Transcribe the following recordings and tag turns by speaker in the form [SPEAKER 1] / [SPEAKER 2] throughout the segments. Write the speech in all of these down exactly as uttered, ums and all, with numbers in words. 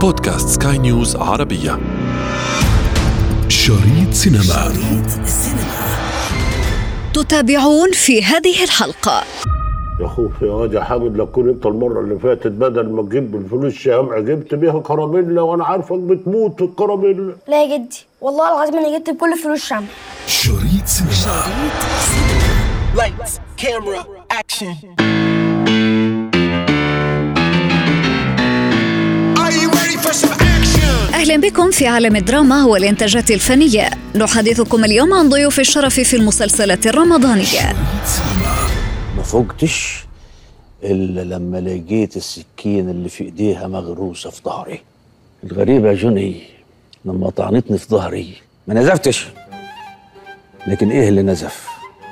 [SPEAKER 1] بودكاست سكاي نيوز عربية. شريط سينما. شريط السينما. تتابعون في هذه الحلقة.
[SPEAKER 2] يا خوف يا واد يا حامد، لو كنت انت المرة اللي فاتت بدل ما تجيب الفلوس شامع جبت بيها كراميلا، وانا عارفك بتموت في الكراميلا.
[SPEAKER 3] لا يا جدي، والله العظيم انا جبت بكل فلوس شامع.
[SPEAKER 1] شريط سينما. شريط سينما.
[SPEAKER 4] Lights, camera, action.
[SPEAKER 5] أهلا بكم في عالم الدراما والإنتاجات الفنية. نحدثكم اليوم عن ضيوف الشرف في المسلسلات الرمضانية.
[SPEAKER 2] ما فوقتش إلا لما لقيت السكين اللي في إيديها مغروسة في ظهري. الغريبة يا جوني لما طعنتني في ظهري ما نزفتش، لكن إيه اللي نزف؟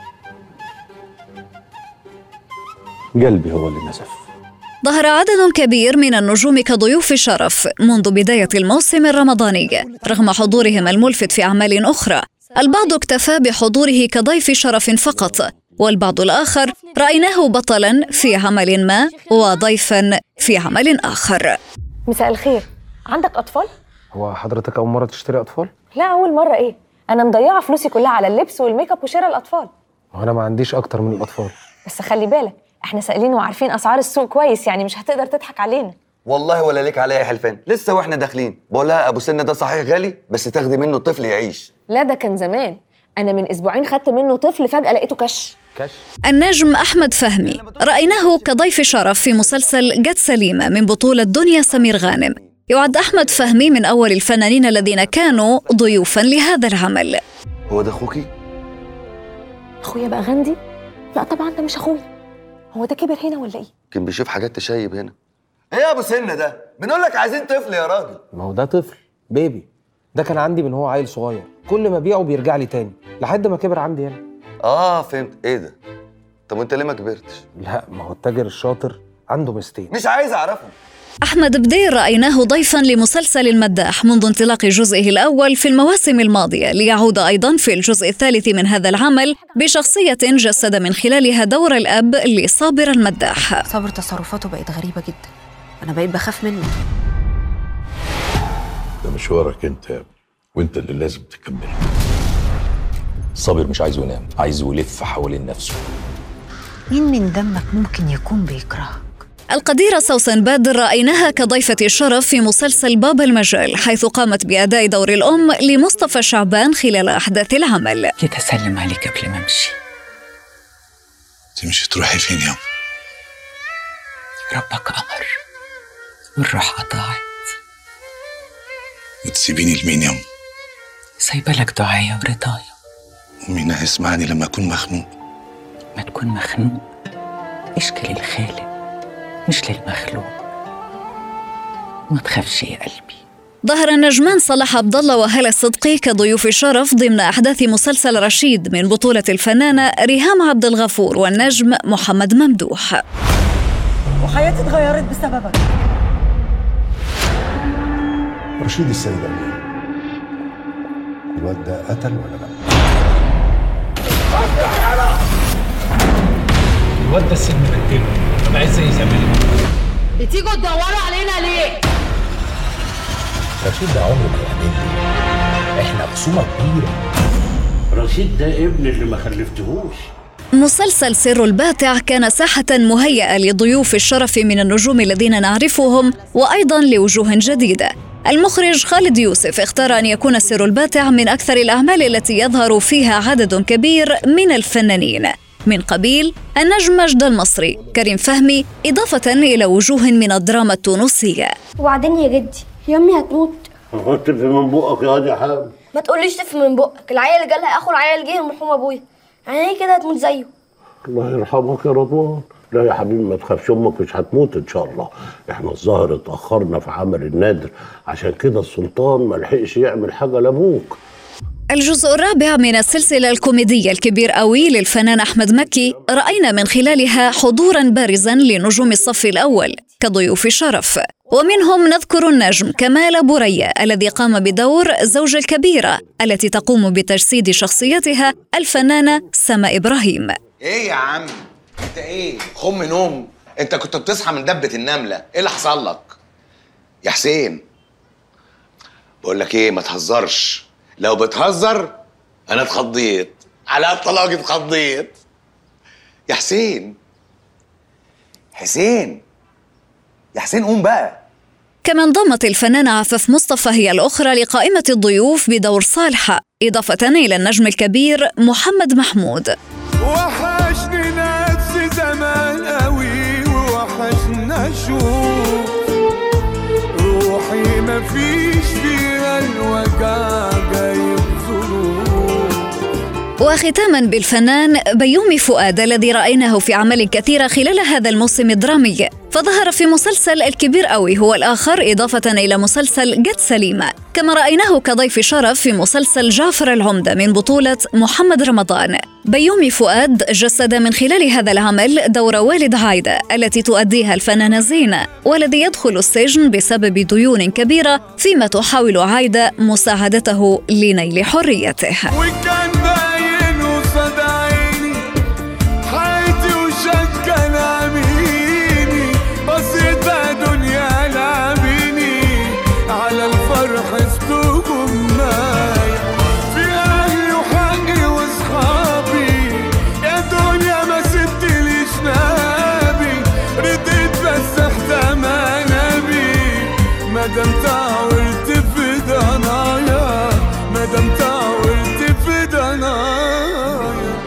[SPEAKER 2] قلبي هو اللي نزف.
[SPEAKER 5] ظهر عدد كبير من النجوم كضيوف شرف منذ بداية الموسم الرمضاني رغم حضورهم الملفت في أعمال أخرى. البعض اكتفى بحضوره كضيف شرف فقط، والبعض الآخر رأيناه بطلاً في عمل ما وضيفاً في عمل آخر.
[SPEAKER 6] مساء الخير، عندك أطفال؟
[SPEAKER 7] هو حضرتك أول مرة تشتري أطفال؟
[SPEAKER 6] لا أول مرة إيه؟ أنا مضيعة فلوسي كلها على اللبس والميك اب وشراء الأطفال.
[SPEAKER 7] وأنا ما عنديش أكتر من الأطفال.
[SPEAKER 6] بس خلي بالك، احنا سائلين وعارفين اسعار السوق كويس، يعني مش هتقدر تضحك علينا.
[SPEAKER 8] والله ولا ليك عليا يا حلفان، لسه واحنا داخلين بقول لها ابو سن ده صحيح غالي، بس تاخدي منه طفل يعيش.
[SPEAKER 6] لا ده كان زمان، انا من اسبوعين خدت منه طفل فجأة لقيته كش
[SPEAKER 7] كش.
[SPEAKER 5] النجم أحمد فهمي رأيناه كضيف شرف في مسلسل جت سليمة من بطولة دنيا سمير غانم. يعد أحمد فهمي من أول الفنانين الذين كانوا ضيوفا لهذا العمل.
[SPEAKER 8] هو ده اخوكي؟
[SPEAKER 6] اخويا بقى غندي؟ لا طبعا ده مش اخويا. هو ده كبر هنا ولا ايه؟
[SPEAKER 8] كان بيشوف حاجات تشيب هنا. ايه يا ابو سن ده؟ بنقول لك عايزين طفل يا راجل.
[SPEAKER 7] ما هو ده طفل بيبي، ده كان عندي من هو عيل صغير، كل ما بيعه بيرجع لي تاني لحد ما كبر عندي هنا.
[SPEAKER 8] اه فهمت. ايه ده؟ طب وانت ليه ما كبرتش؟
[SPEAKER 7] لا ما هو التاجر الشاطر عنده مستين.
[SPEAKER 8] مش عايز اعرفهم.
[SPEAKER 5] أحمد بدير رأيناه ضيفاً لمسلسل المداح منذ انطلاق جزئه الأول في المواسم الماضية، ليعود أيضاً في الجزء الثالث من هذا العمل بشخصية جسد من خلالها دور الأب لصابر المداح.
[SPEAKER 9] صابر تصرفاته بقت غريبة جدا، أنا بقيت بخاف منه.
[SPEAKER 10] ده مشوارك أنت يا ابني، وأنت اللي لازم تكمله.
[SPEAKER 11] صابر مش عايزه ينام، عايزه يلف حوالين نفسه.
[SPEAKER 9] مين من دمك ممكن يكون بيكرهك؟
[SPEAKER 5] القديرة سوسن بدر رأيناها كضيفة الشرف في مسلسل باب المجال، حيث قامت بأداء دور الأم لمصطفى شعبان خلال أحداث العمل.
[SPEAKER 9] جيت أسلم عليك قبل ما أمشي.
[SPEAKER 10] تمشي تروحي فين يوم؟
[SPEAKER 9] ربك أمر والروح قطعت.
[SPEAKER 10] وتسيبيني لمين يوم؟
[SPEAKER 9] سايبة لك دعايا ورضايا.
[SPEAKER 10] ومين هيسمعني لما أكون مخنوق؟
[SPEAKER 9] ما تكون مخنوق اشكي للخالق مش للمخلوق، ما تخافش يا قلبي.
[SPEAKER 5] ظهر النجمان صلاح عبد الله وهالة صدقي كضيوف شرف ضمن أحداث مسلسل رشيد من بطولة الفنانة ريهام عبد الغفور والنجم محمد ممدوح.
[SPEAKER 12] وحياتي اتغيرت بسببك.
[SPEAKER 13] رشيد السيدة منين؟ الواد ده قتل ولا لا؟
[SPEAKER 14] الواد ده السن مقتله، طب عايز زي زمان.
[SPEAKER 12] بتيجوا تدوروا علينا ليه؟
[SPEAKER 14] رشيد ده عمره ما يعمل، احنا خصومه كبيره.
[SPEAKER 2] رشيد ده ابن اللي ما خلفتهوش.
[SPEAKER 5] مسلسل سر الباتع كان ساحة مهيئة لضيوف الشرف من النجوم الذين نعرفهم وأيضاً لوجوه جديدة. المخرج خالد يوسف اختار أن يكون سر الباتع من أكثر الأعمال التي يظهر فيها عدد كبير من الفنانين، من قبيل النجم مجد المصري، كريم فهمي، إضافة إلى وجوه من الدراما التونسية.
[SPEAKER 3] وبعدين يا جدي، يا أمي هتموت.
[SPEAKER 2] تفي من بقك يا واد يا حامد.
[SPEAKER 3] ما تقوليش تفي من بقك، العيال اللي جالها أخو العيال جه المرحوم أبويا، يعني هي كده هتموت زيه.
[SPEAKER 2] الله يرحمك يا رضوان. لا يا حبيبي ما تخافش، امك مش هتموت ان شاء الله. احنا الظاهر اتاخرنا في عمل النادر، عشان كده السلطان ما لحقش يعمل حاجه لابوك.
[SPEAKER 5] الجزء الرابع من السلسلة الكوميدية الكبير قوي للفنان أحمد مكي رأينا من خلالها حضوراً بارزاً لنجوم الصف الأول كضيوف شرف، ومنهم نذكر النجم كمال أبو ريا الذي قام بدور زوج الكبيرة التي تقوم بتجسيد شخصيتها الفنانة سما إبراهيم.
[SPEAKER 15] ايه يا عم انت ايه خم نوم؟ انت كنت بتصحى من دبة النملة، ايه اللي حصل لك؟ يا حسين بقول لك ايه، ما تهزرش. لو بتهزر انا اتخضيت، على الطلاق اتخضيت. يا حسين حسين يا حسين قوم بقى.
[SPEAKER 5] كما انضمت الفنانة عفاف مصطفى هي الأخرى لقائمة الضيوف بدور صالحة، إضافة إلى النجم الكبير محمد محمود.
[SPEAKER 16] وحشني نفسي زمان قوي ووحشنا شوف روحي مفيش فيها الوجع جايب ظروف.
[SPEAKER 5] وختاما بالفنان بيومي فؤاد الذي رأيناه في أعمال كثيرة خلال هذا الموسم الدرامي، فظهر في مسلسل الكبير قوي هو الآخر، إضافة إلى مسلسل جد سليمة. كما رأيناه كضيف شرف في مسلسل جعفر العمدة من بطولة محمد رمضان. بيومي فؤاد جسد من خلال هذا العمل دور والد عايدة التي تؤديها الفنانة زينة، والذي يدخل السجن بسبب ديون كبيرة، فيما تحاول عايدة مساعدته لنيل حريته.
[SPEAKER 16] وكان باين وصد عيني حياتي وشكل عميني، بسيطة دنيا لعبيني على الفرح استوكم معايا، في أهلي وحقي وصحابي، يا دنيا ما سبتليش نابي، رديت بس احتمى نبي، مادام تعورت في ضنايا، مادام تعورت في ضنايا.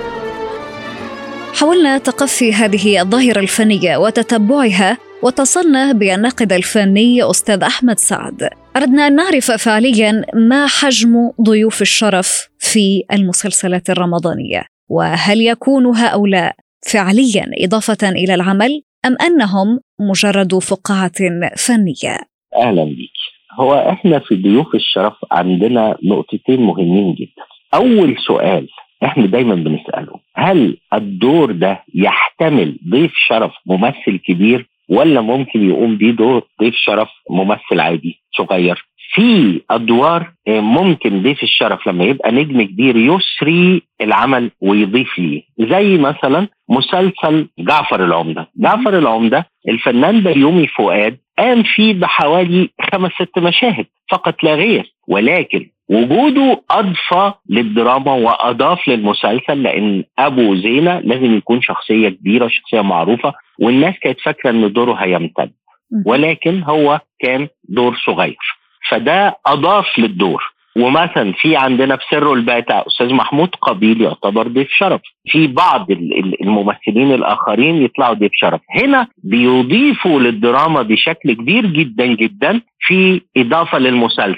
[SPEAKER 5] حاولنا تقفي هذه الظاهرة الفنية وتتبعها، واتصلنا بالناقد الفني أستاذ أحمد سعد. أردنا أن نعرف فعلياً ما حجم ضيوف الشرف في المسلسلات الرمضانية، وهل يكون هؤلاء فعلياً إضافة إلى العمل أم أنهم مجرد فقاعة فنية؟
[SPEAKER 17] أهلاً بك. هو إحنا في ضيوف الشرف عندنا نقطتين مهمين جداً. أول سؤال احنا دايما بنسأله، هل الدور ده يحتمل ضيف شرف ممثل كبير ولا ممكن يقوم بيه دور ضيف شرف ممثل عادي صغير؟ في أدوار ممكن ضيف الشرف لما يبقى نجم كبير يسري العمل ويضيف ليه، زي مثلا مسلسل جعفر العمدة. جعفر العمدة الفنان بيومي فؤاد قام فيه بحوالي خمس ست مشاهد فقط لا غير، ولكن وجوده أضفى للدراما وأضاف للمسلسل، لأن أبو زينة لازم يكون شخصية كبيرة، شخصية معروفة، والناس كانت فاكرة أن دوره هيمتد، ولكن هو كان دور صغير، فده أضاف للدور. ومثلا في عندنا في سر الباتع أستاذ محمود قبيل يعتبر ضيف شرف، في بعض الممثلين الآخرين يطلعوا ضيف شرف، هنا بيضيفوا للدراما بشكل كبير جدا جدا في إضافة للمسلسل.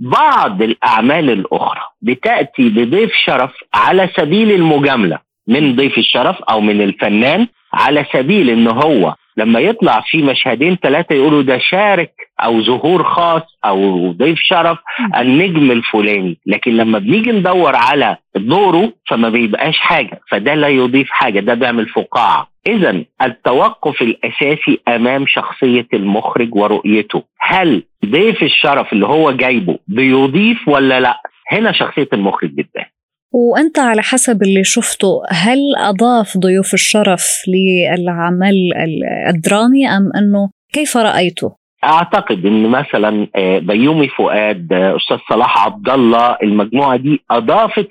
[SPEAKER 17] بعض الأعمال الأخرى بتأتي بضيف شرف على سبيل المجاملة من ضيف الشرف أو من الفنان، على سبيل إنه هو لما يطلع في مشهدين ثلاثة يقولوا ده شارك أو ظهور خاص أو ضيف شرف النجم الفلاني، لكن لما بنيجي ندور على دوره فما بيبقاش حاجة، فده لا يضيف حاجة، ده بيعمل فقاعة. إذن التوقف الأساسي أمام شخصية المخرج ورؤيته، هل ضيف الشرف اللي هو جايبه بيضيف ولا لا؟ هنا شخصية المخرج جدا.
[SPEAKER 5] وأنت على حسب اللي شفته، هل أضاف ضيوف الشرف للعمل الدرامي أم أنه كيف رأيته؟
[SPEAKER 17] أعتقد أن مثلا بيومي فؤاد، أستاذ صلاح عبد الله، المجموعة دي أضافت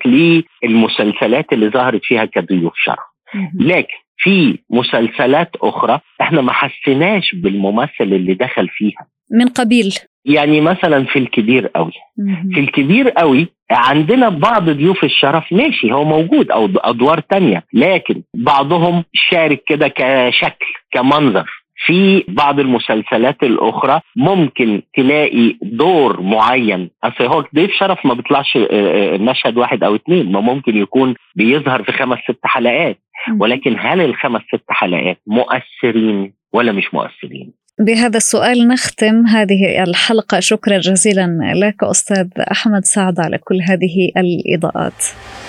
[SPEAKER 17] للمسلسلات اللي ظهرت فيها كضيوف شرف، لكن في مسلسلات أخرى احنا ما حسناش بالممثل اللي دخل فيها
[SPEAKER 5] من قبيل،
[SPEAKER 17] يعني مثلا في الكبير قوي. في الكبير قوي عندنا بعض ضيوف الشرف ماشي هو موجود أو أدوار تانية، لكن بعضهم شارك كده كشكل كمنظر. في بعض المسلسلات الأخرى ممكن تلاقي دور معين، أصل هو ضيف شرف ما بيطلعش مشهد واحد أو اتنين، ما ممكن يكون بيظهر في خمس ست حلقات، ولكن هل الخمس ست حلقات مؤثرين ولا مش مؤثرين؟
[SPEAKER 5] بهذا السؤال نختم هذه الحلقة. شكرا جزيلا لك أستاذ أحمد سعد على كل هذه الإضاءات.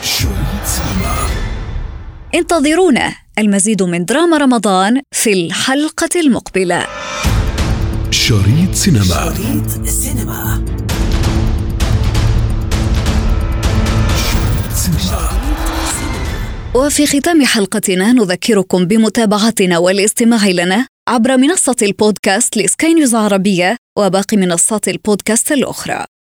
[SPEAKER 5] انتظرونا المزيد من دراما رمضان في الحلقة المقبلة.
[SPEAKER 1] شريط سينما. شريط سينما.
[SPEAKER 5] وفي ختام حلقتنا نذكركم بمتابعتنا والاستماع لنا عبر منصة البودكاست لسكاي نيوز عربية وباقي منصات البودكاست الأخرى.